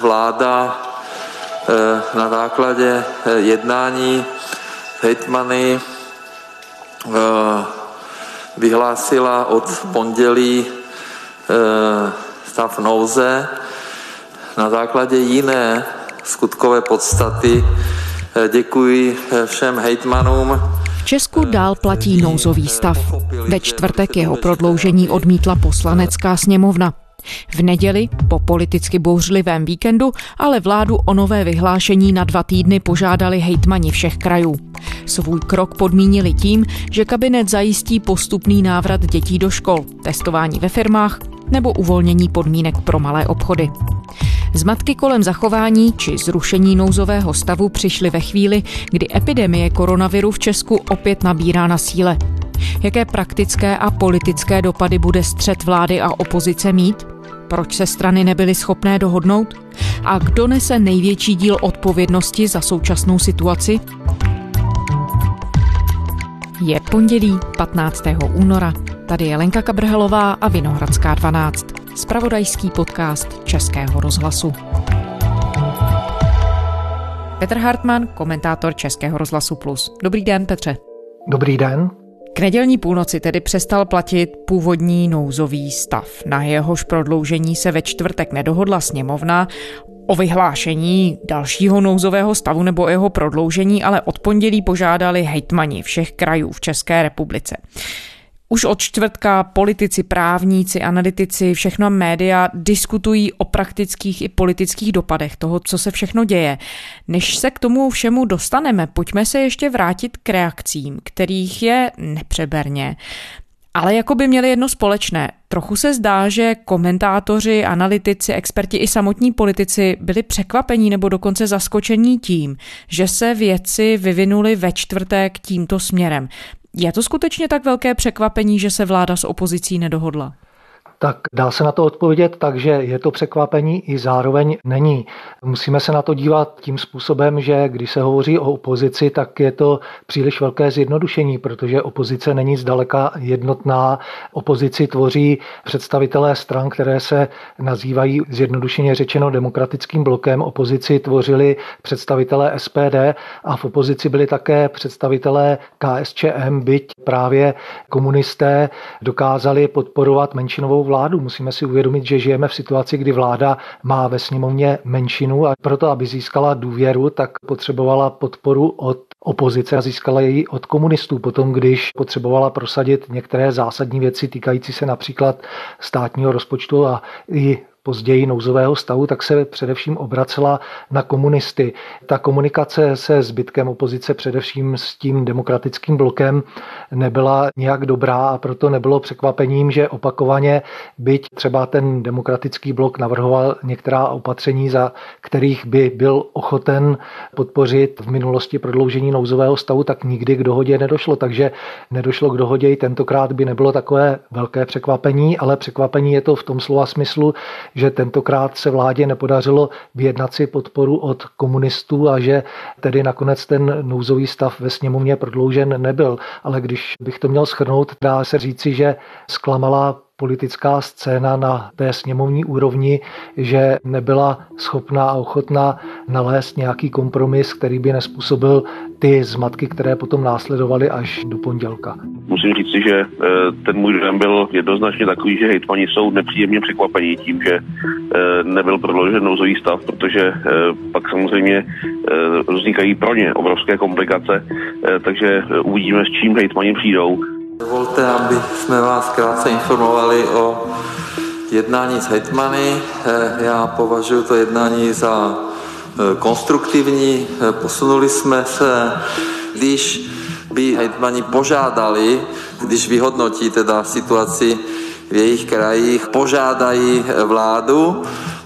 vláda na základě jednání hejtmany vyhlásila od pondělí stav nouze na základě jiné skutkové podstaty. Děkuji všem hejtmanům. V Česku dál platí nouzový stav. Ve čtvrtek jeho prodloužení odmítla Poslanecká sněmovna. V neděli, po politicky bouřlivém víkendu, ale vládu o nové vyhlášení na 2 týdny požádali hejtmani všech krajů. Svůj krok podmínili tím, že kabinet zajistí postupný návrat dětí do škol, testování ve firmách nebo uvolnění podmínek pro malé obchody. Zmatky kolem zachování či zrušení nouzového stavu přišly ve chvíli, kdy epidemie koronaviru v Česku opět nabírá na síle. Jaké praktické a politické dopady bude střet vlády a opozice mít? Proč se strany nebyly schopné dohodnout? A kdo nese největší díl odpovědnosti za současnou situaci? Je pondělí 15. února. Tady je Lenka Kabrhelová a Vinohradská 12. Zpravodajský podcast Českého rozhlasu. Petr Hartmann, komentátor Českého rozhlasu Plus. Dobrý den, Petře. Dobrý den. K nedělní půlnoci tedy přestal platit původní nouzový stav. Na jehož prodloužení se ve čtvrtek nedohodla sněmovna. O vyhlášení dalšího nouzového stavu nebo o jeho prodloužení ale od pondělí požádali hejtmani všech krajů v České republice. Už od čtvrtka politici, právníci, analytici, všechno média diskutují o praktických i politických dopadech toho, co se všechno děje. Než se k tomu všemu dostaneme, pojďme se ještě vrátit k reakcím, kterých je nepřeberně, ale jako by měli jedno společné. Trochu se zdá, že komentátoři, analytici, experti i samotní politici byli překvapení nebo dokonce zaskočení tím, že se věci vyvinuly ve čtvrtek tímto směrem. Je to skutečně tak velké překvapení, že se vláda s opozicí nedohodla? Tak dá se na to odpovědět tak, že je to překvapení i zároveň není. Musíme se na to dívat tím způsobem, že když se hovoří o opozici, tak je to příliš velké zjednodušení, protože opozice není zdaleka jednotná. Opozici tvoří představitelé stran, které se nazývají zjednodušeně řečeno demokratickým blokem. Opozici tvořili představitelé SPD a v opozici byli také představitelé KSČM, byť právě komunisté dokázali podporovat menšinovou vládu. Musíme si uvědomit, že žijeme v situaci, kdy vláda má ve sněmovně menšinu a proto, aby získala důvěru, tak potřebovala podporu od opozice a získala ji od komunistů. Potom, když potřebovala prosadit některé zásadní věci týkající se například státního rozpočtu a i později nouzového stavu, tak se především obracela na komunisty. Ta komunikace se zbytkem opozice, především s tím demokratickým blokem, nebyla nějak dobrá a proto nebylo překvapením, že opakovaně, byť třeba ten demokratický blok navrhoval některá opatření, za kterých by byl ochoten podpořit v minulosti prodloužení nouzového stavu, tak nikdy k dohodě nedošlo. Takže nedošlo k dohodě, i tentokrát by nebylo takové velké překvapení, ale překvapení je to v tom slova smyslu, že tentokrát se vládě nepodařilo vyjednat si podporu od komunistů a že tedy nakonec ten nouzový stav ve sněmovně prodloužen nebyl. Ale když bych to měl shrnout, dá se říci, že zklamala politická scéna na té sněmovní úrovni, že nebyla schopná a ochotná nalézt nějaký kompromis, který by nezpůsobil ty zmatky, které potom následovaly až do pondělka. Musím říci, že ten můj dojem byl jednoznačně takový, že hejtmani jsou nepříjemně překvapení tím, že nebyl prodloužen nouzový stav, protože pak samozřejmě vznikají pro ně obrovské komplikace, takže uvidíme, s čím hejtmani přijdou. Dovolte, aby jsme vás krátce informovali o jednání s hejtmany. Já považuji to jednání za konstruktivní. Posunuli jsme se, když by hejtmani požádali, když vyhodnotí teda situaci v jejich krajích, požádají vládu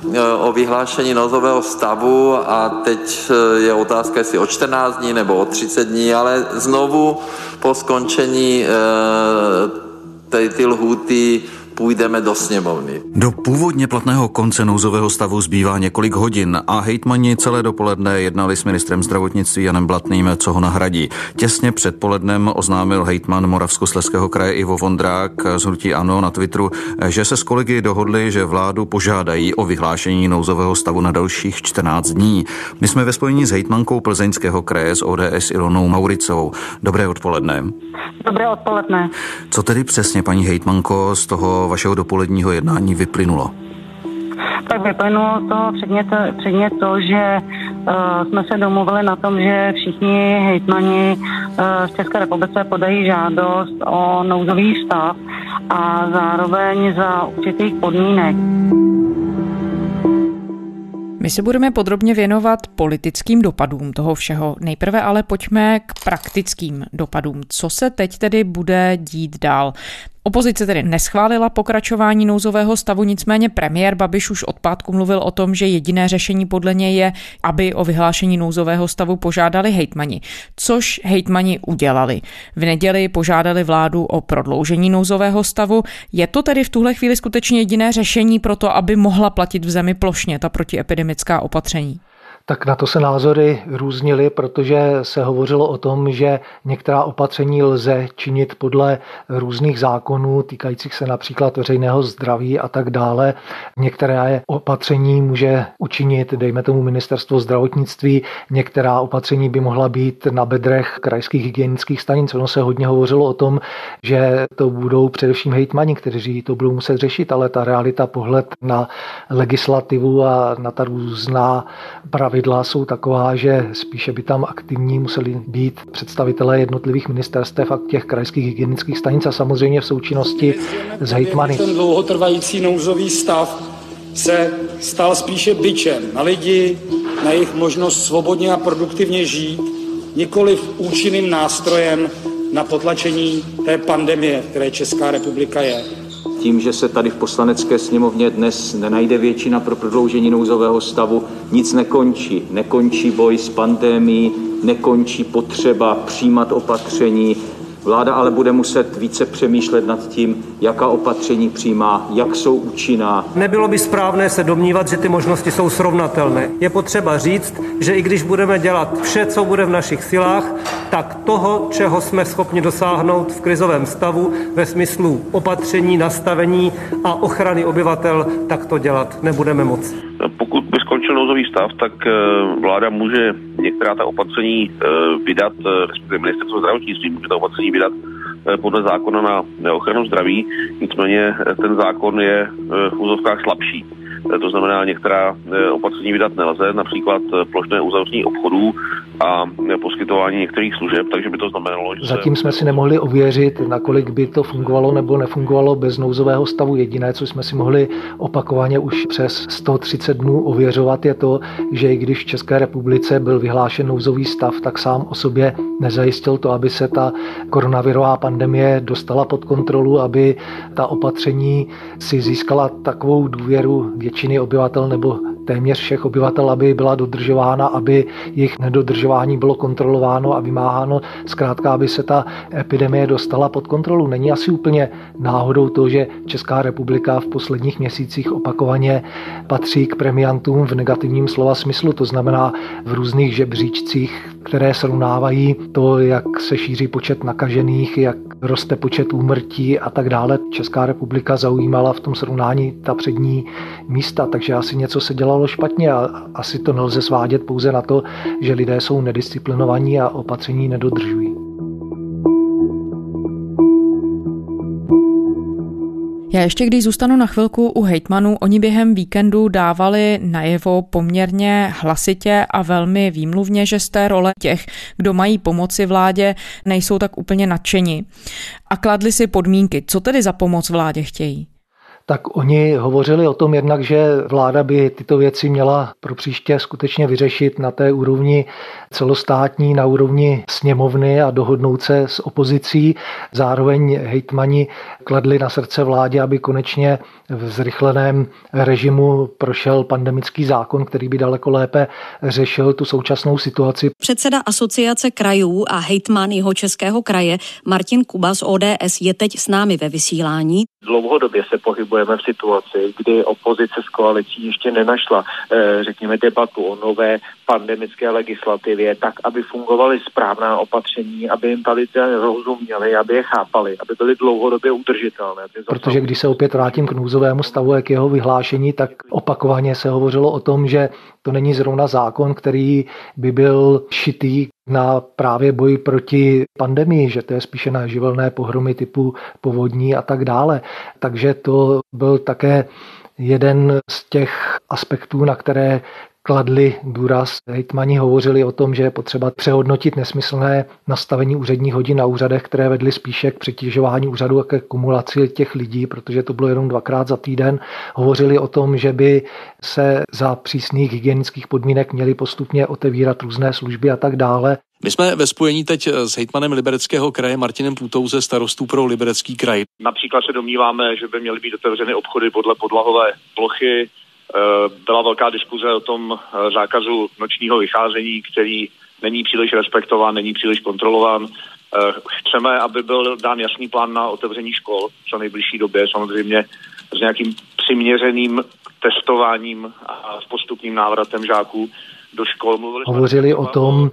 o vyhlášení nouzového stavu a teď je otázka, jestli o 14 dní nebo o 30 dní, ale znovu po skončení ty lhůty půjdeme do sněmovny. Do původně platného konce nouzového stavu zbývá několik hodin a hejtmani celé dopoledne jednali s ministrem zdravotnictví Janem Blatným, co ho nahradí. Těsně před polednem oznámil hejtman Moravskoslezského kraje Ivo Vondrák z hnutí ANO na Twitteru, že se s kolegy dohodli, že vládu požádají o vyhlášení nouzového stavu na dalších 14 dní. My jsme ve spojení s hejtmankou Plzeňského kraje z ODS Ilonou Mauricovou. Dobré odpoledne. Dobré odpoledne. Co tedy přesně, paní hejtmanko, z toho vašeho dopoledního jednání vyplynulo? Tak vyplynulo to předně to, že jsme se domluvili na tom, že všichni hejtmani v České republice podají žádost o nouzový stav a zároveň za určitých podmínek. My se budeme podrobně věnovat politickým dopadům toho všeho. Nejprve ale pojďme k praktickým dopadům. Co se teď tedy bude dít dál? Opozice tedy neschválila pokračování nouzového stavu, nicméně premiér Babiš už od pátku mluvil o tom, že jediné řešení podle něj je, aby o vyhlášení nouzového stavu požádali hejtmani, což hejtmani udělali. V neděli požádali vládu o prodloužení nouzového stavu. Je to tedy v tuhle chvíli skutečně jediné řešení pro to, aby mohla platit v zemi plošně ta protiepidemická opatření? Tak na to se názory různily, protože se hovořilo o tom, že některá opatření lze činit podle různých zákonů, týkajících se například veřejného zdraví a tak dále. Některé opatření může učinit, dejme tomu, ministerstvo zdravotnictví, některá opatření by mohla být na bedrech krajských hygienických stanic. Ono se hodně hovořilo o tom, že to budou především hejtmani, kteří to budou muset řešit, ale ta realita, pohled na legislativu a na ta různá pravidla jsou taková, že spíše by tam aktivní museli být představitelé jednotlivých ministerstev a těch krajských hygienických stanic a samozřejmě v součinnosti s hejtmany. Ten dlouhotrvající nouzový stav se stal spíše bičem na lidi, na jejich možnost svobodně a produktivně žít, nikoliv účinným nástrojem na potlačení té pandemie, v které Česká republika je. Tím, že se tady v Poslanecké sněmovně dnes nenajde většina pro prodloužení nouzového stavu, nic nekončí. Nekončí boj s pandemií, nekončí potřeba přijímat opatření. Vláda ale bude muset více přemýšlet nad tím, jaká opatření přijímá, jak jsou účinná. Nebylo by správné se domnívat, že ty možnosti jsou srovnatelné. Je potřeba říct, že i když budeme dělat vše, co bude v našich silách, tak toho, čeho jsme schopni dosáhnout v krizovém stavu ve smyslu opatření, nastavení a ochrany obyvatel, tak to dělat nebudeme moci. Pokud by skončil nouzový stav, tak vláda může některá ta opatření vydat, respektive ministerstvo zdravotnictví může ta opatření vydat podle zákona na ochranu zdraví, nicméně ten zákon je v úzovkách slabší. To znamená, některá opatření vydat nelze, například plošné uzavření obchodů a poskytování některých služeb, takže by to znamenalo, že... Zatím jsme si nemohli ověřit, nakolik by to fungovalo nebo nefungovalo bez nouzového stavu. Jediné, co jsme si mohli opakovaně už přes 130 dnů ověřovat, je to, že i když v České republice byl vyhlášen nouzový stav, tak sám o sobě nezajistil to, aby se ta koronavirová pandemie dostala pod kontrolu, aby ta opatření si získala takovou důvěru většiny obyvatel nebo téměř všech obyvatel, aby byla dodržována, aby jejich nedodržování bylo kontrolováno a vymáháno. Zkrátka, aby se ta epidemie dostala pod kontrolu. Není asi úplně náhodou to, že Česká republika v posledních měsících opakovaně patří k premiantům v negativním slova smyslu. To znamená v různých žebříčcích, které srovnávají to, jak se šíří počet nakažených, jak roste počet úmrtí a tak dále. Česká republika zaujímala v tom srovnání ta přední místa, takže asi něco se dělalo špatně a asi to nelze svádět pouze na to, že lidé jsou nedisciplinovaní a opatření nedodržují. Já ještě když zůstanu na chvilku u hejtmanů, oni během víkendu dávali najevo poměrně hlasitě a velmi výmluvně, že z té role těch, kdo mají pomoci vládě, nejsou tak úplně nadšeni. A kladli si podmínky. Co tedy za pomoc vládě chtějí? Tak oni hovořili o tom jednak, že vláda by tyto věci měla pro příště skutečně vyřešit na té úrovni celostátní, na úrovni sněmovny a dohodnout se s opozicí. Zároveň hejtmani kladli na srdce vládě, aby konečně v zrychleném režimu prošel pandemický zákon, který by daleko lépe řešil tu současnou situaci. Předseda Asociace krajů a hejtman Jihočeského kraje Martin Kuba z ODS je teď s námi ve vysílání. Dlouhodobě se pohybujeme v situaci, kdy opozice s koalicí ještě nenašla, řekněme, debatu o nové pandemické legislativě, tak, aby fungovaly správná opatření, aby jim tady rozuměli, aby je chápali, aby byly dlouhodobě udržitelné. Protože když se opět vrátím k nouzovému stavu a k jeho vyhlášení, tak opakovaně se hovořilo o tom, že to není zrovna zákon, který by byl šitý na právě boj proti pandemii, že to je spíše na živelné pohromy typu povodní a tak dále. Takže to byl také jeden z těch aspektů, na které kladli důraz. Hejtmani hovořili o tom, že je potřeba přehodnotit nesmyslné nastavení úředních hodin na úřadech, které vedly spíše k přetěžování úřadu a ke kumulaci těch lidí, protože to bylo jenom 2krát za týden. Hovořili o tom, že by se za přísných hygienických podmínek měly postupně otevírat různé služby a tak dále. My jsme ve spojení teď s hejtmanem Libereckého kraje Martinem Půtou ze Starostů pro Liberecký kraj. Například se domníváme, že by měly být otevřeny obchody podle podlahové plochy. Byla velká diskuze o tom zákazu nočního vycházení, který není příliš respektován, není příliš kontrolován. Chceme, aby byl dán jasný plán na otevření škol v co nejbližší době, samozřejmě s nějakým přiměřeným testováním a s postupným návratem žáků do škol. Hovořili o tom,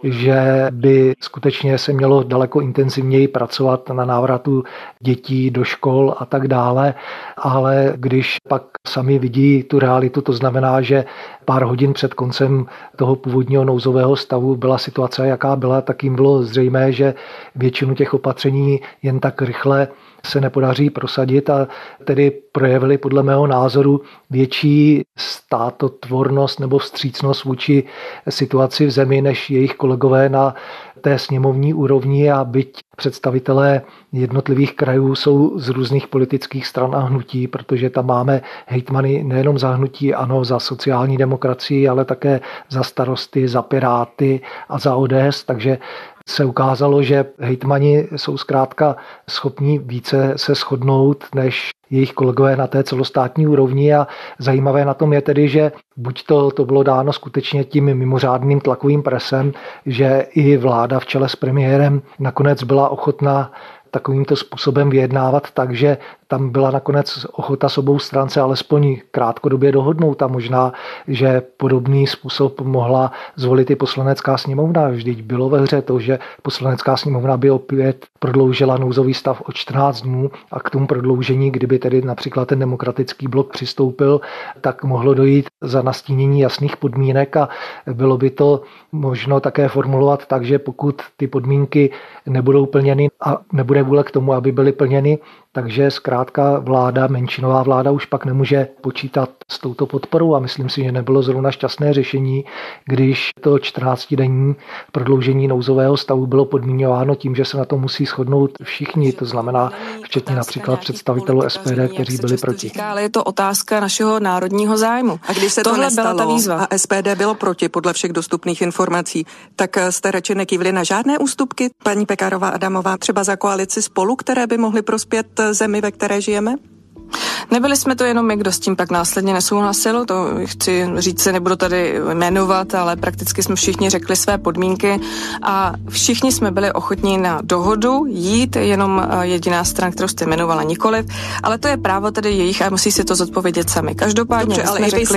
že by skutečně se mělo daleko intenzivněji pracovat na návratu dětí do škol a tak dále, ale když pak sami vidí tu realitu, to znamená, že pár hodin před koncem toho původního nouzového stavu byla situace, jaká byla, tak jim bylo zřejmé, že většinu těch opatření jen tak rychle se nepodaří prosadit a tedy projevili podle mého názoru větší státotvornost nebo vstřícnost vůči situaci v zemi než jejich kolegové na té sněmovní úrovni, a byť představitelé jednotlivých krajů jsou z různých politických stran a hnutí, protože tam máme hejtmany nejenom za hnutí ANO, za sociální demokracii, ale také za Starosty, za Piráty a za ODS, takže se ukázalo, že hejtmani jsou zkrátka schopní více se shodnout než jejich kolegové na té celostátní úrovni, a zajímavé na tom je tedy, že buď to bylo dáno skutečně tím mimořádným tlakovým presem, že i vláda v čele s premiérem nakonec byla ochotná takovýmto způsobem vyjednávat, takže tam byla nakonec ochota s obou stran se alespoň krátkodobě dohodnout a možná, že podobný způsob mohla zvolit i poslanecká sněmovna. Vždyť bylo ve hře to, že poslanecká sněmovna by opět prodloužila nouzový stav o 14 dnů a k tomu prodloužení, kdyby tedy například ten demokratický blok přistoupil, tak mohlo dojít za nastínění jasných podmínek a bylo by to možno také formulovat tak, že pokud ty podmínky nebudou plněny a nebude vůle k tomu, aby byly plněny, takže zkrátka vláda, menšinová vláda už pak nemůže počítat s touto podporou a myslím si, že nebylo zrovna šťastné řešení, když to 14denní prodloužení nouzového stavu bylo podmíňováno tím, že se na to musí shodnout všichni, to znamená včetně například představitelů SPD, kteří byli proti. Ale je to otázka našeho národního zájmu. A když se to nestalo a SPD bylo proti podle všech dostupných informací, tak jste radši nekývli na žádné ústupky, paní Pekarová Adamová, třeba za koalici Spolu, které by mohly prospět zemi, ve které žijeme? Nebyli jsme to jenom my, kdo s tím pak následně nesouhlasil, to chci říct, se nebudu tady jmenovat, ale prakticky jsme všichni řekli své podmínky a všichni jsme byli ochotní na dohodu jít, jenom jediná strana, kterou jste jmenovala, nikoliv, ale to je právo tedy jejich a musí si to zodpovědět sami. Každopádně dobře, jsme řekli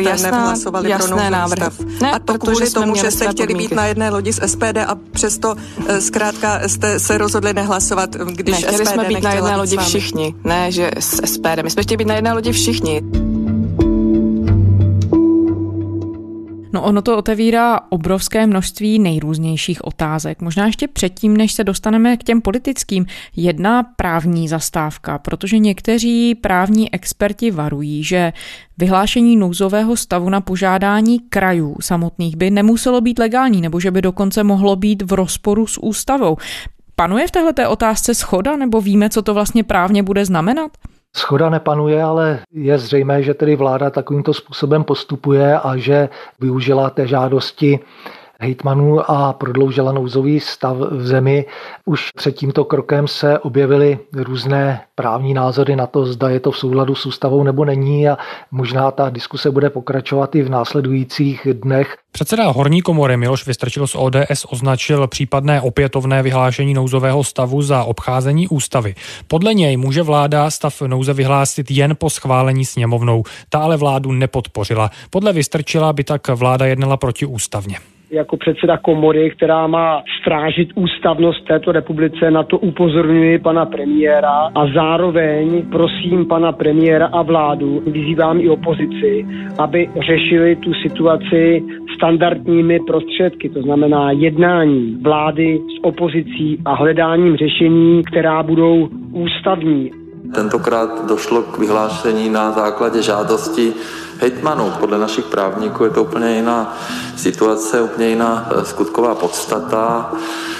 jasné návrhy. Ne, a to kvůli tomu, že jste chtěli být na jedné lodi s SPD a přesto zkrátka jste se rozhodli nehlasovat, když SPD nechtěli jsme být na jedné lodi všichni. všichni, ne, že s SPD. My jsme chtěli být na jedné lodi všichni. No ono to otevírá obrovské množství nejrůznějších otázek. Možná ještě předtím, než se dostaneme k těm politickým, jedna právní zastávka, protože někteří právní experti varují, že vyhlášení nouzového stavu na požádání krajů samotných by nemuselo být legální, nebo že by dokonce mohlo být v rozporu s ústavou. Panuje v téhleté otázce shoda, nebo víme, co to vlastně právně bude znamenat? Shoda nepanuje, ale je zřejmé, že tedy vláda takovýmto způsobem postupuje a že využila té žádosti hejtmanů a prodloužila nouzový stav v zemi. Už před tímto krokem se objevily různé právní názory na to, zda je to v souladu s ústavou nebo není, a možná ta diskuse bude pokračovat i v následujících dnech. Předseda horní komory Miloš Vystrčil z ODS označil případné opětovné vyhlášení nouzového stavu za obcházení ústavy. Podle něj může vláda stav nouze vyhlásit jen po schválení sněmovnou. Ta ale vládu nepodpořila. Podle Vystrčila by tak vláda jednala protiústavně. Jako předseda komory, která má strážit ústavnost této republice, na to upozorňuji pana premiéra a zároveň prosím pana premiéra a vládu, vyzývám i opozici, aby řešili tu situaci standardními prostředky, to znamená jednání vlády s opozicí a hledáním řešení, která budou ústavní. Tentokrát došlo k vyhlášení na základě žádosti hejtmanů. Podle našich právníků je to úplně jiná situace, úplně jiná skutková podstata.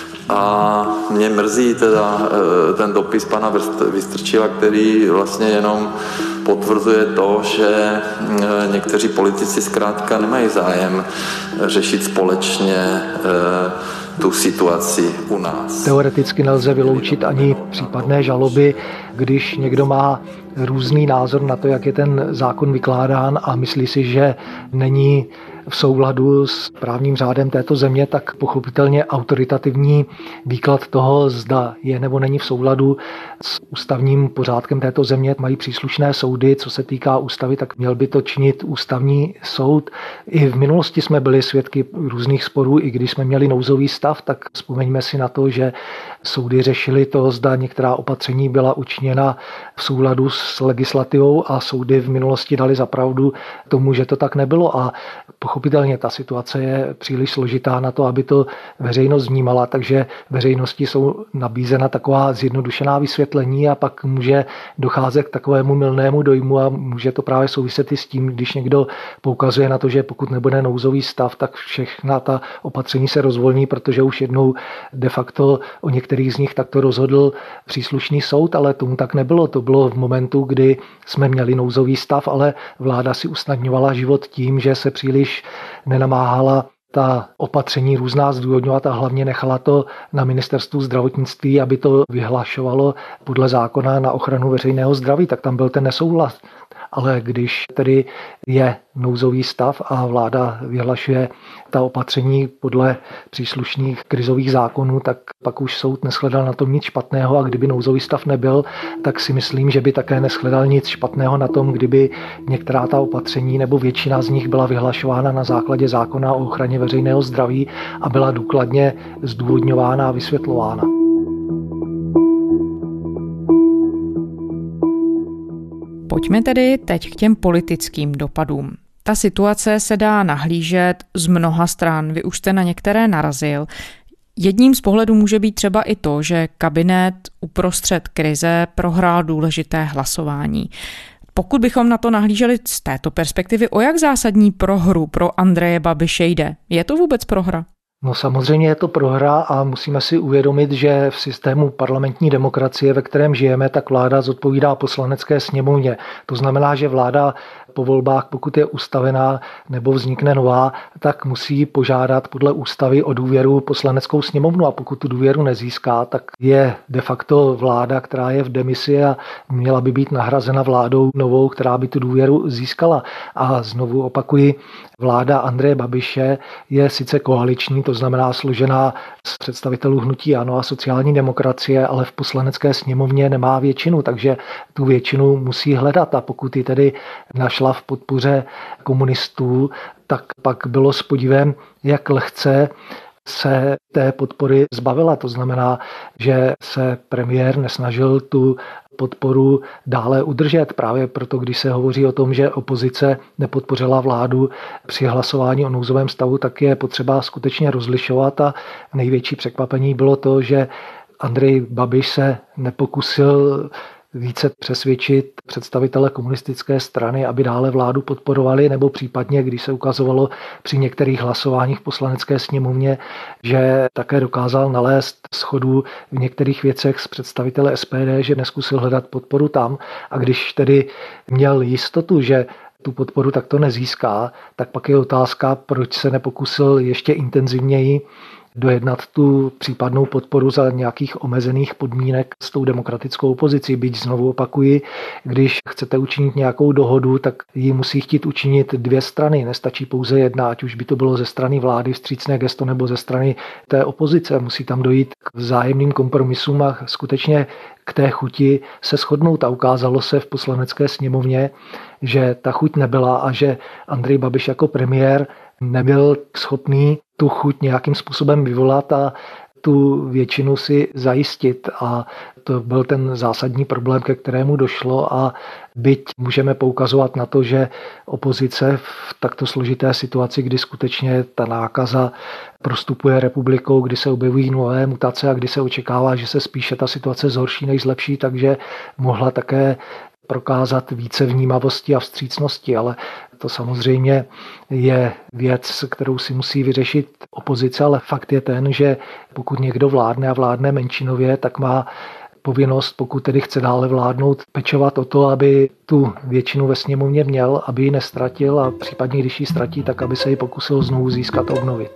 A mě mrzí teda ten dopis pana Vystrčila, který vlastně jenom potvrzuje to, že někteří politici zkrátka nemají zájem řešit společně tu situaci u nás. Teoreticky nelze vyloučit ani případné žaloby, když někdo má různý názor na to, jak je ten zákon vykládán a myslí si, že není v souladu s právním řádem této země, tak pochopitelně autoritativní výklad toho, zda je nebo není v souladu s ústavním pořádkem této země, mají příslušné soudy. Co se týká ústavy, tak měl by to činit ústavní soud. I v minulosti jsme byli svědky různých sporů, i když jsme měli nouzový stav, tak vzpomeňme si na to, že soudy řešily to, zda některá opatření byla učiněna v souladu s legislativou a soudy v minulosti dali za pravdu tomu, že to tak nebylo, a pochopitelně ta situace je příliš složitá na to, aby to veřejnost vnímala, takže veřejnosti jsou nabízena taková zjednodušená vysvětlení a pak může docházet k takovému mylnému dojmu a může to právě souviset i s tím, když někdo poukazuje na to, že pokud nebude nouzový stav, tak všechna ta opatření se rozvolní, protože už jednou de facto o některých z nich takto rozhodl příslušný soud, ale tomu tak nebylo. To bylo v momentu, kdy jsme měli nouzový stav, ale vláda si usnadňovala život tím, že se příliš nenamáhala ta opatření různá zdůvodňovat a hlavně nechala to na ministerstvu zdravotnictví, aby to vyhlašovalo podle zákona na ochranu veřejného zdraví, tak tam byl ten nesouhlas. Ale když tedy je nouzový stav a vláda vyhlašuje ta opatření podle příslušných krizových zákonů, tak pak už soud neshledal na tom nic špatného, a kdyby nouzový stav nebyl, tak si myslím, že by také neshledal nic špatného na tom, kdyby některá ta opatření nebo většina z nich byla vyhlašována na základě zákona o ochraně veřejného zdraví a byla důkladně zdůvodňována a vysvětlována. Pojďme tedy teď k těm politickým dopadům. Ta situace se dá nahlížet z mnoha stran, vy už jste na některé narazil. Jedním z pohledů může být třeba i to, že kabinet uprostřed krize prohrál důležité hlasování. Pokud bychom na to nahlíželi z této perspektivy, o jak zásadní prohru pro Andreje Babiše jde? Je to vůbec prohra? No samozřejmě je to prohra a musíme si uvědomit, že v systému parlamentní demokracie, ve kterém žijeme, tak vláda zodpovídá Poslanecké sněmovně. To znamená, že vláda po volbách, pokud je ustavená nebo vznikne nová, tak musí požádat podle ústavy o důvěru Poslaneckou sněmovnu, a pokud tu důvěru nezíská, tak je de facto vláda, která je v demisi a měla by být nahrazena vládou novou, která by tu důvěru získala. A znovu opakuji, vláda Andreje Babiše je sice koaliční, to znamená složená z představitelů hnutí ANO a sociální demokracie, ale v Poslanecké sněmovně nemá většinu, takže tu většinu musí hledat, a pokud ji tedy našla v podpoře komunistů, tak pak bylo s podivem, jak lehce se té podpory zbavila. To znamená, že se premiér nesnažil tu podporu dále udržet. Právě proto, když se hovoří o tom, že opozice nepodpořila vládu při hlasování o nouzovém stavu, tak je potřeba skutečně rozlišovat, a největší překvapení bylo to, že Andrej Babiš se nepokusil více přesvědčit představitele komunistické strany, aby dále vládu podporovali, nebo případně, když se ukazovalo při některých hlasováních v Poslanecké sněmovně, že také dokázal nalézt shodu v některých věcech s představiteli SPD, že neskusil hledat podporu tam, a když tedy měl jistotu, že tu podporu takto nezíská, tak pak je otázka, proč se nepokusil ještě intenzivněji dojednat tu případnou podporu za nějakých omezených podmínek s tou demokratickou opozicí. Byť znovu opakuji, když chcete učinit nějakou dohodu, tak ji musí chtít učinit dvě strany. Nestačí pouze jedna, ať už by to bylo ze strany vlády vstřícné gesto nebo ze strany té opozice. Musí tam dojít k vzájemným kompromisům a skutečně k té chuti se shodnout. A ukázalo se v Poslanecké sněmovně, že ta chuť nebyla a že Andrej Babiš jako premiér nebyl schopný tu chuť nějakým způsobem vyvolat a tu většinu si zajistit. A to byl ten zásadní problém, ke kterému došlo. A byť můžeme poukazovat na to, že opozice v takto složité situaci, kdy skutečně ta nákaza prostupuje republikou, kdy se objevují nové mutace a kdy se očekává, že se spíše ta situace zhorší než zlepší, takže mohla také prokázat více vnímavosti a vstřícnosti, ale to samozřejmě je věc, kterou si musí vyřešit opozice, ale fakt je ten, že pokud někdo vládne a vládne menšinově, tak má povinnost, pokud tedy chce dále vládnout, pečovat o to, aby tu většinu ve sněmovně měl, aby ji nestratil a případně, když ji ztratí, tak aby se ji pokusil znovu získat a obnovit.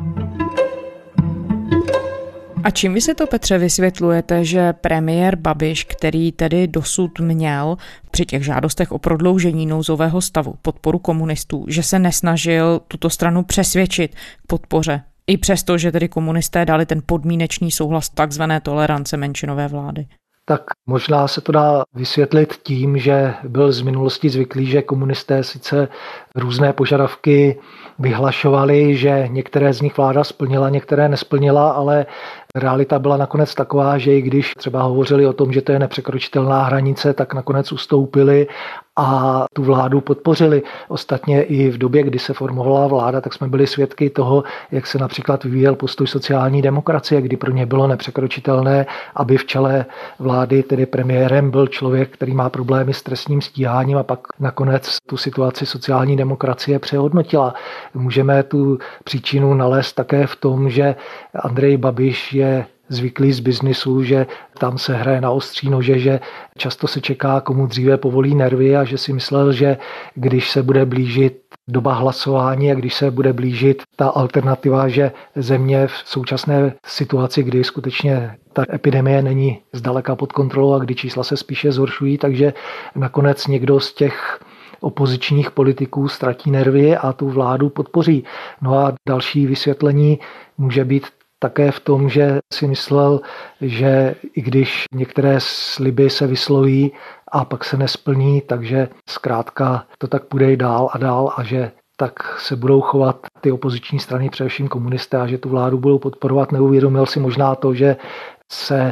A čím vy si to, Petře, vysvětlujete, že premiér Babiš, který tedy dosud měl při těch žádostech o prodloužení nouzového stavu podporu komunistů, že se nesnažil tuto stranu přesvědčit k podpoře, i přesto, že tedy komunisté dali ten podmínečný souhlas takzvané tolerance menšinové vlády? Tak možná se to dá vysvětlit tím, že byl z minulosti zvyklý, že komunisté sice různé požadavky vyhlašovali, že některé z nich vláda splnila, některé nesplnila, ale realita byla nakonec taková, že i když třeba hovořili o tom, že to je nepřekročitelná hranice, tak nakonec ustoupili a tu vládu podpořili. Ostatně i v době, kdy se formovala vláda, tak jsme byli svědky toho, jak se například vyvíjel postoj sociální demokracie, kdy pro ně bylo nepřekročitelné, aby v čele vlády, tedy premiérem, byl člověk, který má problémy s trestním stíháním, a pak nakonec tu situaci sociální demokracie přehodnotila. Můžeme tu příčinu nalézt také v tom, že Andrej Babiš je zvyklý z biznisu, že tam se hraje na ostří nože, že často se čeká, komu dříve povolí nervy, a že si myslel, že když se bude blížit doba hlasování a když se bude blížit ta alternativa, že země v současné situaci, kdy skutečně ta epidemie není zdaleka pod kontrolou a kdy čísla se spíše zhoršují, takže nakonec někdo z těch opozičních politiků ztratí nervy a tu vládu podpoří. No a další vysvětlení může být také v tom, že si myslel, že i když některé sliby se vysloví a pak se nesplní, takže zkrátka to tak půjde i dál a dál a že tak se budou chovat ty opoziční strany, především komunisté, a že tu vládu budou podporovat. Neuvědomil si možná to, že se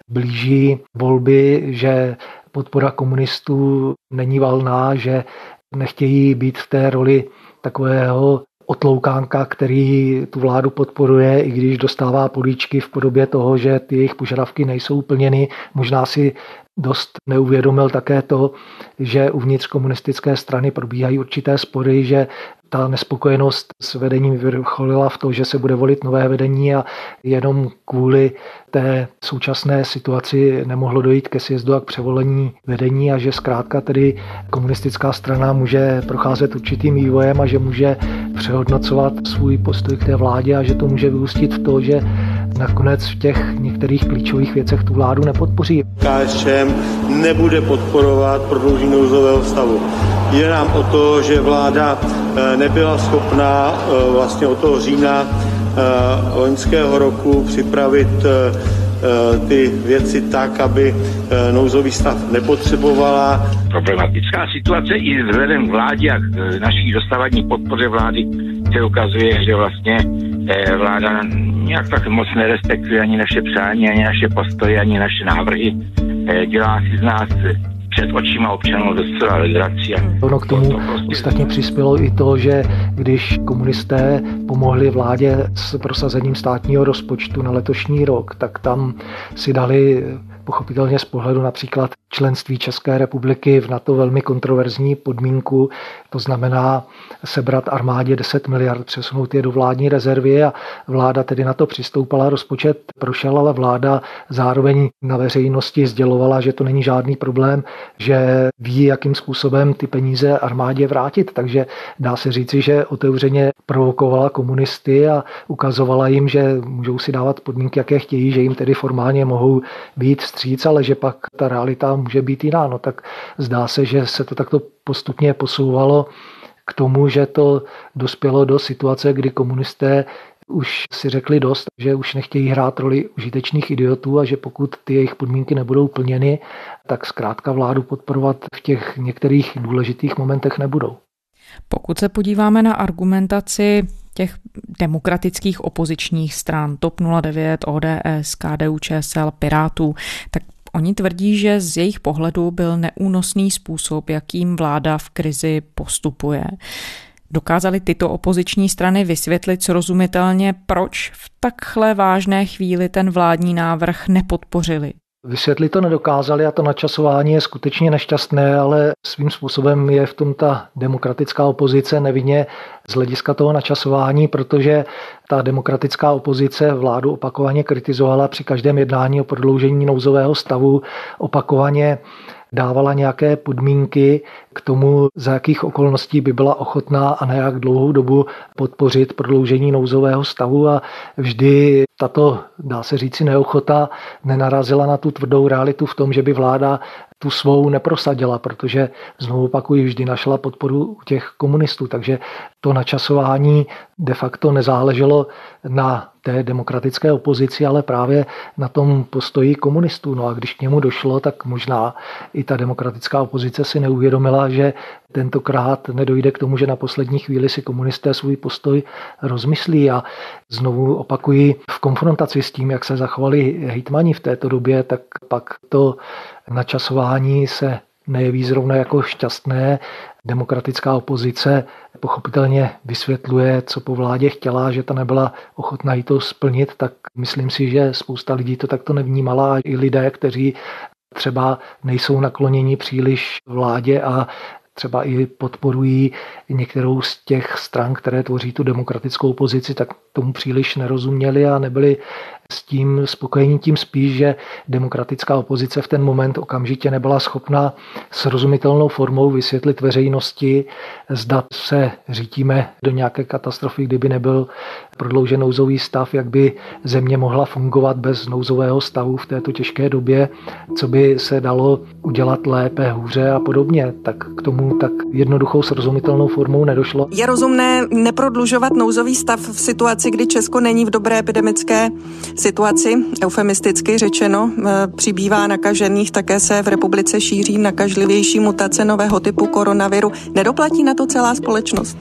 blíží volby, že podpora komunistů není valná, že nechtějí být v té roli takového otloukánka, který tu vládu podporuje, i když dostává políčky v podobě toho, že ty jejich požadavky nejsou plněny. Možná si dost neuvědomil také to, že uvnitř komunistické strany probíhají určité spory, že ta nespokojenost s vedením vyvrcholila v to, že se bude volit nové vedení a jenom kvůli té současné situaci nemohlo dojít ke sjezdu a k převolení vedení a že zkrátka tedy komunistická strana může procházet určitým vývojem a že může přehodnocovat svůj postoj k té vládě a že to může vyústit v to, že nakonec v těch některých klíčových věcech tu vládu nepodpoří. KSČM nebude podporovat prodloužení nouzového stavu. Jde nám o to, že vláda nebyla schopná vlastně od toho října loňského roku připravit ty věci tak, aby nouzový stav nepotřebovala. Problematická situace i vzhledem k vládě a k naší dosavadní podpoře vlády se ukazuje, že vlastně vláda nějak tak moc nerespektuje ani naše přání, ani naše postoje, ani naše návrhy. Dělá si z nás před očima občanů docela legraci. Ono k tomu ostatně přispělo i to, že když komunisté pomohli vládě s prosazením státního rozpočtu na letošní rok, tak tam si dali pochopitelně z pohledu například členství České republiky v NATO velmi kontroverzní podmínku, to znamená sebrat armádě 10 miliard, přesunout je do vládní rezervy a vláda tedy na to přistoupila, rozpočet prošel, ale vláda zároveň na veřejnosti sdělovala, že to není žádný problém, že ví, jakým způsobem ty peníze armádě vrátit, takže dá se říci, že otevřeně provokovala komunisty a ukazovala jim, že můžou si dávat podmínky, jaké chtějí, že jim tedy formálně mohou být vstříc, ale že pak ta realita může být jiná. No tak zdá se, že se to takto postupně posouvalo k tomu, že to dospělo do situace, kdy komunisté už si řekli dost, že už nechtějí hrát roli užitečných idiotů a že pokud ty jejich podmínky nebudou plněny, tak zkrátka vládu podporovat v těch některých důležitých momentech nebudou. Pokud se podíváme na argumentaci těch demokratických opozičních stran TOP 09, ODS, KDU-ČSL, Pirátů, tak oni tvrdí, že z jejich pohledu byl neúnosný způsob, jakým vláda v krizi postupuje. Dokázaly tyto opoziční strany vysvětlit srozumitelně, proč v takhle vážné chvíli ten vládní návrh nepodpořili? Vysvětlit to nedokázali a to načasování je skutečně nešťastné, ale svým způsobem je v tom ta demokratická opozice nevinně z hlediska toho načasování, protože ta demokratická opozice vládu opakovaně kritizovala při každém jednání o prodloužení nouzového stavu, opakovaně dávala nějaké podmínky k tomu, za jakých okolností by byla ochotná a na jak dlouhou dobu podpořit prodloužení nouzového stavu a vždy tato, dá se říci, neochota nenarazila na tu tvrdou realitu v tom, že by vláda tu svou neprosadila, protože znovu opakuju, vždy našla podporu u těch komunistů, takže to načasování de facto nezáleželo na té demokratické opozici, ale právě na tom postoji komunistů. No a když k němu došlo, tak možná i ta demokratická opozice si neuvědomila, že tentokrát nedojde k tomu, že na poslední chvíli si komunisté svůj postoj rozmyslí a znovu opakuji, v konfrontaci s tím, jak se zachovali hejtmani v této době, tak pak to načasování se nejeví zrovna jako šťastné. Demokratická opozice pochopitelně vysvětluje, co po vládě chtěla, že ta nebyla ochotná jí to splnit, tak myslím si, že spousta lidí to takto nevnímala. I lidé, kteří třeba nejsou nakloněni příliš vládě a třeba i podporují některou z těch stran, které tvoří tu demokratickou opozici, tak tomu příliš nerozuměli a nebyli s tím spokojení, tím spíš, že demokratická opozice v ten moment okamžitě nebyla schopna srozumitelnou formou vysvětlit veřejnosti, zda se řítíme do nějaké katastrofy, kdyby nebyl prodloužen nouzový stav, jak by země mohla fungovat bez nouzového stavu v této těžké době, co by se dalo udělat lépe, hůře a podobně. Tak k tomu tak jednoduchou srozumitelnou formou nedošlo. Je rozumné neprodlužovat nouzový stav v situaci, kdy Česko není v dobré epidemické situaci, eufemisticky řečeno, přibývá nakažených, také se v republice šíří nakažlivější mutace nového typu koronaviru. Nedoplatí na to celá společnost?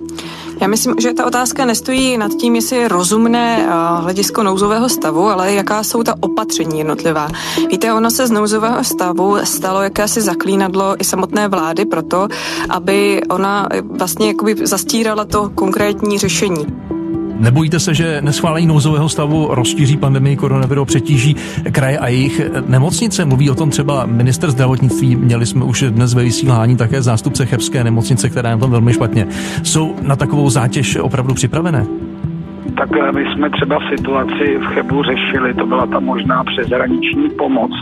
Já myslím, že ta otázka nestojí nad tím, jestli je rozumné hledisko nouzového stavu, ale jaká jsou ta opatření jednotlivá. Víte, ono se z nouzového stavu stalo jakési zaklínadlo i samotné vlády proto, aby ona vlastně jakoby zastírala to konkrétní řešení. Nebojíte se, že neschválení nouzového stavu rozšíří pandemii koronaviru, přetíží kraje a jejich nemocnice? Mluví o tom třeba ministr zdravotnictví. Měli jsme už dnes ve vysílání také zástupce chebské nemocnice, která je na tom velmi špatně. Jsou na takovou zátěž opravdu připravené? Tak my jsme třeba situaci v Chebu řešili, to byla ta možná přeshraniční pomoc.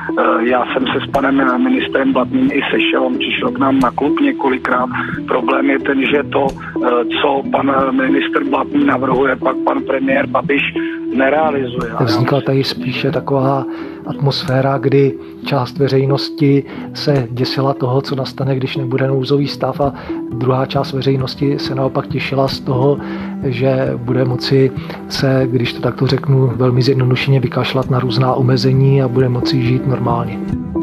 Já jsem se s panem ministrem Blatným i sešel, on přišel k nám na klub několikrát. Problém je ten, že to, co pan ministr Blatný navrhuje, pak pan premiér Babiš nerealizuje. Vznikla tady spíše taková atmosféra, kdy část veřejnosti se děsila toho, co nastane, když nebude nouzový stav, a druhá část veřejnosti se naopak těšila z toho, že bude moci se, když to takto řeknu, velmi zjednodušeně vykašlat na různá omezení a bude moci žít normálně.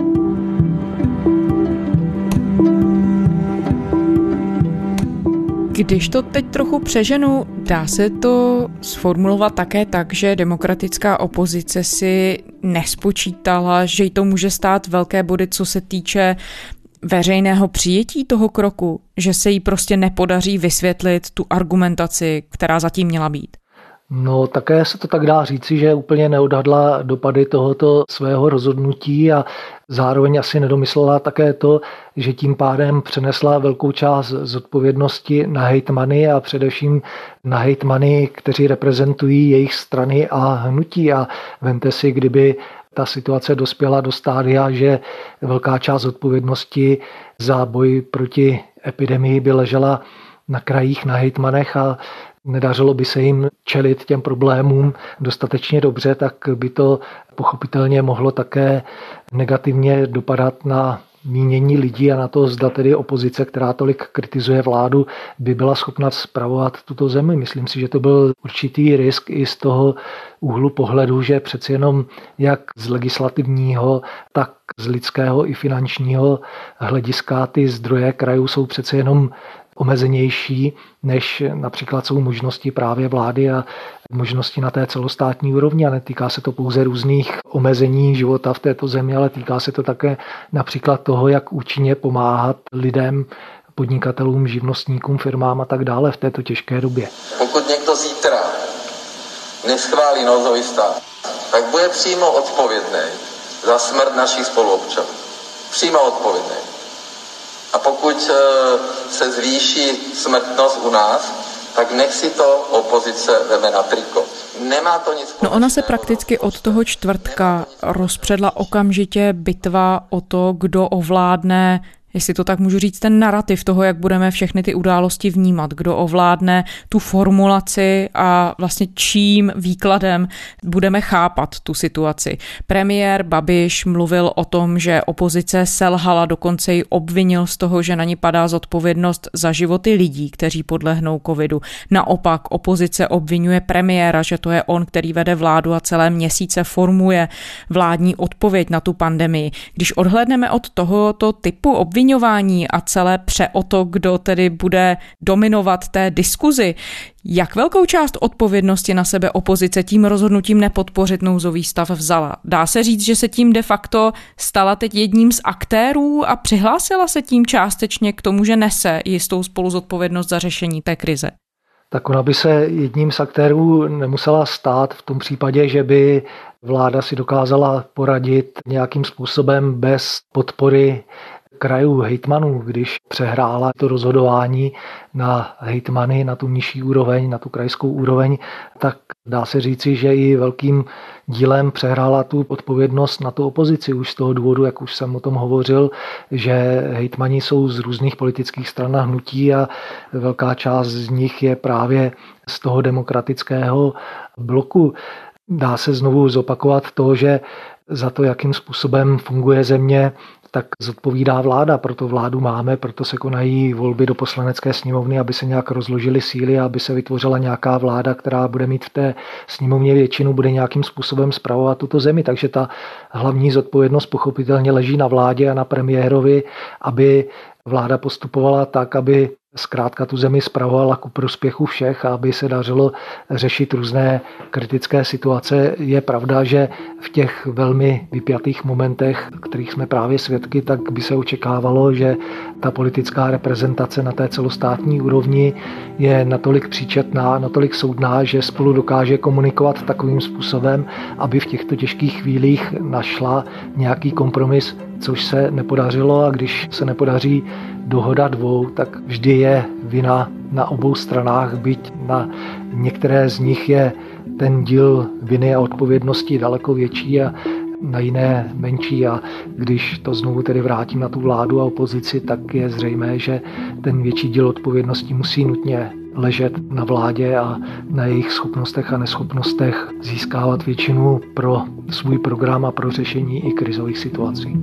Když to teď trochu přeženu, dá se to sformulovat také tak, že demokratická opozice si nespočítala, že jí to může stát velké body, co se týče veřejného přijetí toho kroku, že se jí prostě nepodaří vysvětlit tu argumentaci, která zatím měla být? No také se to tak dá říci, že úplně neodhadla dopady tohoto svého rozhodnutí a zároveň asi nedomyslela také to, že tím pádem přenesla velkou část zodpovědnosti na hejtmany a především na hejtmany, kteří reprezentují jejich strany a hnutí. A vemte si, kdyby ta situace dospěla do stádia, že velká část odpovědnosti za boj proti epidemii by ležela na krajích, na hejtmanech a nedařilo by se jim čelit těm problémům dostatečně dobře, tak by to pochopitelně mohlo také negativně dopadat na mínění lidí a na to, zda tedy opozice, která tolik kritizuje vládu, by byla schopna spravovat tuto zemi. Myslím si, že to byl určitý risk i z toho úhlu pohledu, že přeci jenom jak z legislativního, tak z lidského i finančního hlediska ty zdroje krajů jsou přeci jenom omezenější, než například jsou možnosti právě vlády a možnosti na té celostátní úrovni. A netýká se to pouze různých omezení života v této zemi, ale týká se to také například toho, jak účinně pomáhat lidem, podnikatelům, živnostníkům, firmám a tak dále v této těžké době. Pokud někdo zítra neschválí nouzový stav, tak bude přímo odpovědný za smrt našich spoluobčanů. Přímo odpovědný. A pokud se zvýší smrtnost u nás, tak nech si to opozice veme na triko. Nemá to nic společného. No ona se prakticky od toho čtvrtka rozpředla okamžitě bitva o to, kdo ovládne, jestli to tak můžu říct, ten narrativ toho, jak budeme všechny ty události vnímat, kdo ovládne tu formulaci a vlastně čím výkladem budeme chápat tu situaci. Premiér Babiš mluvil o tom, že opozice selhala, dokonce ji obvinil z toho, že na ní padá zodpovědnost za životy lidí, kteří podlehnou covidu. Naopak opozice obvinuje premiéra, že to je on, který vede vládu a celé měsíce formuje vládní odpověď na tu pandemii. Když odhlédneme od tohoto typu obvinění a celé pře o to, kdo tedy bude dominovat té diskuzi, jak velkou část odpovědnosti na sebe opozice tím rozhodnutím nepodpořit nouzový stav vzala? Dá se říct, že se tím de facto stala teď jedním z aktérů a přihlásila se tím částečně k tomu, že nese jistou spoluzodpovědnost za řešení té krize? Tak ona by se jedním z aktérů nemusela stát v tom případě, že by vláda si dokázala poradit nějakým způsobem bez podpory krajů, hejtmanů, když přehrála to rozhodování na hejtmany, na tu nižší úroveň, na tu krajskou úroveň, tak dá se říci, že i velkým dílem přehrála tu odpovědnost na tu opozici. Už z toho důvodu, jak už jsem o tom hovořil, že hejtmani jsou z různých politických stran a hnutí a velká část z nich je právě z toho demokratického bloku. Dá se znovu zopakovat to, že za to, jakým způsobem funguje země, tak zodpovídá vláda, proto vládu máme, proto se konají volby do Poslanecké sněmovny, aby se nějak rozložily síly a aby se vytvořila nějaká vláda, která bude mít v té sněmovně většinu, bude nějakým způsobem spravovat tuto zemi. Takže ta hlavní zodpovědnost pochopitelně leží na vládě a na premiérovi, aby vláda postupovala tak, aby zkrátka tu zemi spravovala ku prospěchu všech a aby se dařilo řešit různé kritické situace. Je pravda, že v těch velmi vypjatých momentech, kterých jsme právě svědky, tak by se očekávalo, že ta politická reprezentace na té celostátní úrovni je natolik příčetná, natolik soudná, že spolu dokáže komunikovat takovým způsobem, aby v těchto těžkých chvílích našla nějaký kompromis, což se nepodařilo, a když se nepodaří dohoda dvou, tak vždy je vina na obou stranách, byť na některé z nich je ten díl viny a odpovědnosti daleko větší a na jiné menší. A když to znovu tedy vrátím na tu vládu a opozici, tak je zřejmé, že ten větší díl odpovědnosti musí nutně ležet na vládě a na jejich schopnostech a neschopnostech získávat většinu pro svůj program a pro řešení i krizových situací.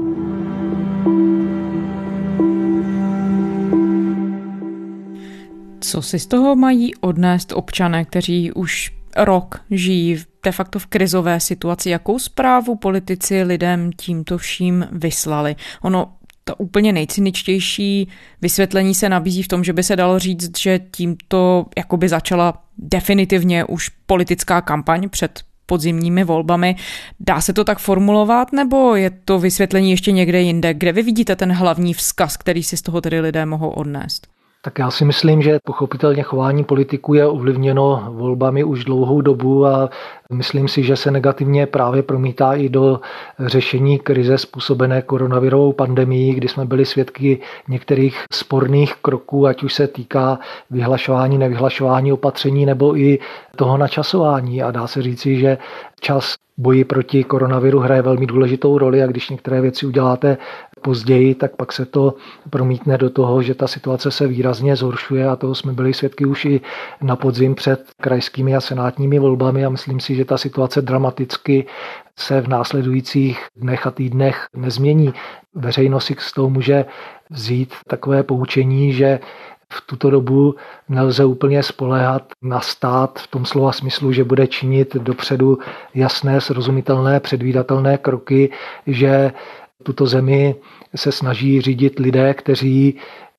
Co si z toho mají odnést občané, kteří už rok žijí de facto v krizové situaci? Jakou zprávu politici lidem tímto vším vyslali? Ono to úplně nejcyničtější vysvětlení se nabízí v tom, že by se dalo říct, že tímto jakoby začala definitivně už politická kampaň před podzimními volbami. Dá se to tak formulovat, nebo je to vysvětlení ještě někde jinde? Kde vy vidíte ten hlavní vzkaz, který si z toho tedy lidé mohou odnést? Tak já si myslím, že pochopitelně chování politiků je ovlivněno volbami už dlouhou dobu a myslím si, že se negativně právě promítá i do řešení krize způsobené koronavirovou pandemií, kdy jsme byli svědky některých sporných kroků, ať už se týká vyhlašování, nevyhlašování opatření nebo i toho načasování. A dá se říci, že čas boji proti koronaviru hraje velmi důležitou roli a když některé věci uděláte později, tak pak se to promítne do toho, že ta situace se výrazně zhoršuje a toho jsme byli svědky už i na podzim před krajskými a senátními volbami a myslím si, že ta situace dramaticky se v následujících dnech a týdnech nezmění. Veřejnost si z toho může vzít takové poučení, že v tuto dobu nelze úplně spoléhat na stát v tom slova smyslu, že bude činit dopředu jasné, srozumitelné, předvídatelné kroky, že tuto zemi se snaží řídit lidé, kteří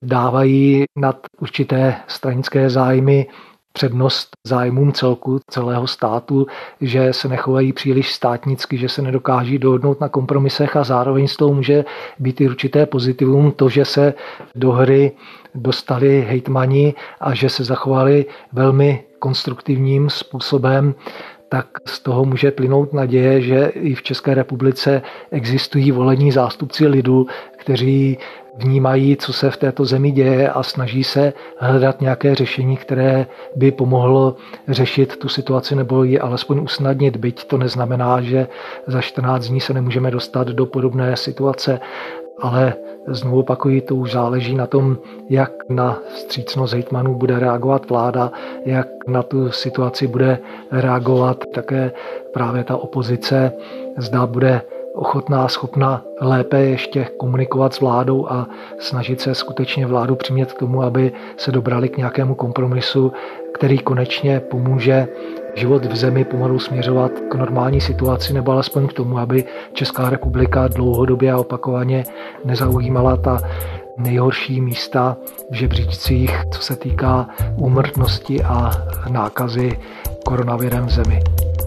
dávají nad určité stranické zájmy přednost zájmům celku, celého státu, že se nechovají příliš státnicky, že se nedokáží dohodnout na kompromisech a zároveň z toho může být i určité pozitivum to, že se do hry dostali hejtmani a že se zachovali velmi konstruktivním způsobem, tak z toho může plynout naděje, že i v České republice existují volení zástupci lidu, kteří vnímají, co se v této zemi děje a snaží se hledat nějaké řešení, které by pomohlo řešit tu situaci nebo ji alespoň usnadnit. Byť to neznamená, že za 14 dní se nemůžeme dostat do podobné situace, ale znovu opakuji, to už záleží na tom, jak na vstřícnost hejtmanů bude reagovat vláda, jak na tu situaci bude reagovat také právě ta opozice, zda bude ochotná, schopna lépe ještě komunikovat s vládou a snažit se skutečně vládu přimět k tomu, aby se dobrali k nějakému kompromisu, který konečně pomůže život v zemi pomalu směřovat k normální situaci nebo alespoň k tomu, aby Česká republika dlouhodobě a opakovaně nezaujímala ta nejhorší místa v žebříčcích, co se týká úmrtnosti a nákazy koronavirem v zemi.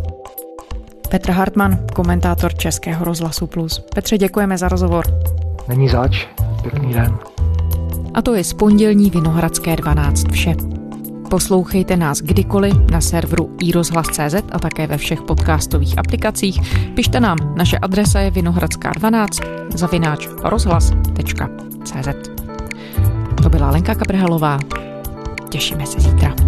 Petr Hartmann, komentátor Českého rozhlasu Plus. Petře, děkujeme za rozhovor. Není zač, pěkný den. A to je z pondělní Vinohradské 12 vše. Poslouchejte nás kdykoliv na serveru iRozhlas.cz a také ve všech podcastových aplikacích. Pište nám, naše adresa je vinohradská12 @rozhlas.cz. To byla Lenka Kabrhelová. Těšíme se zítra.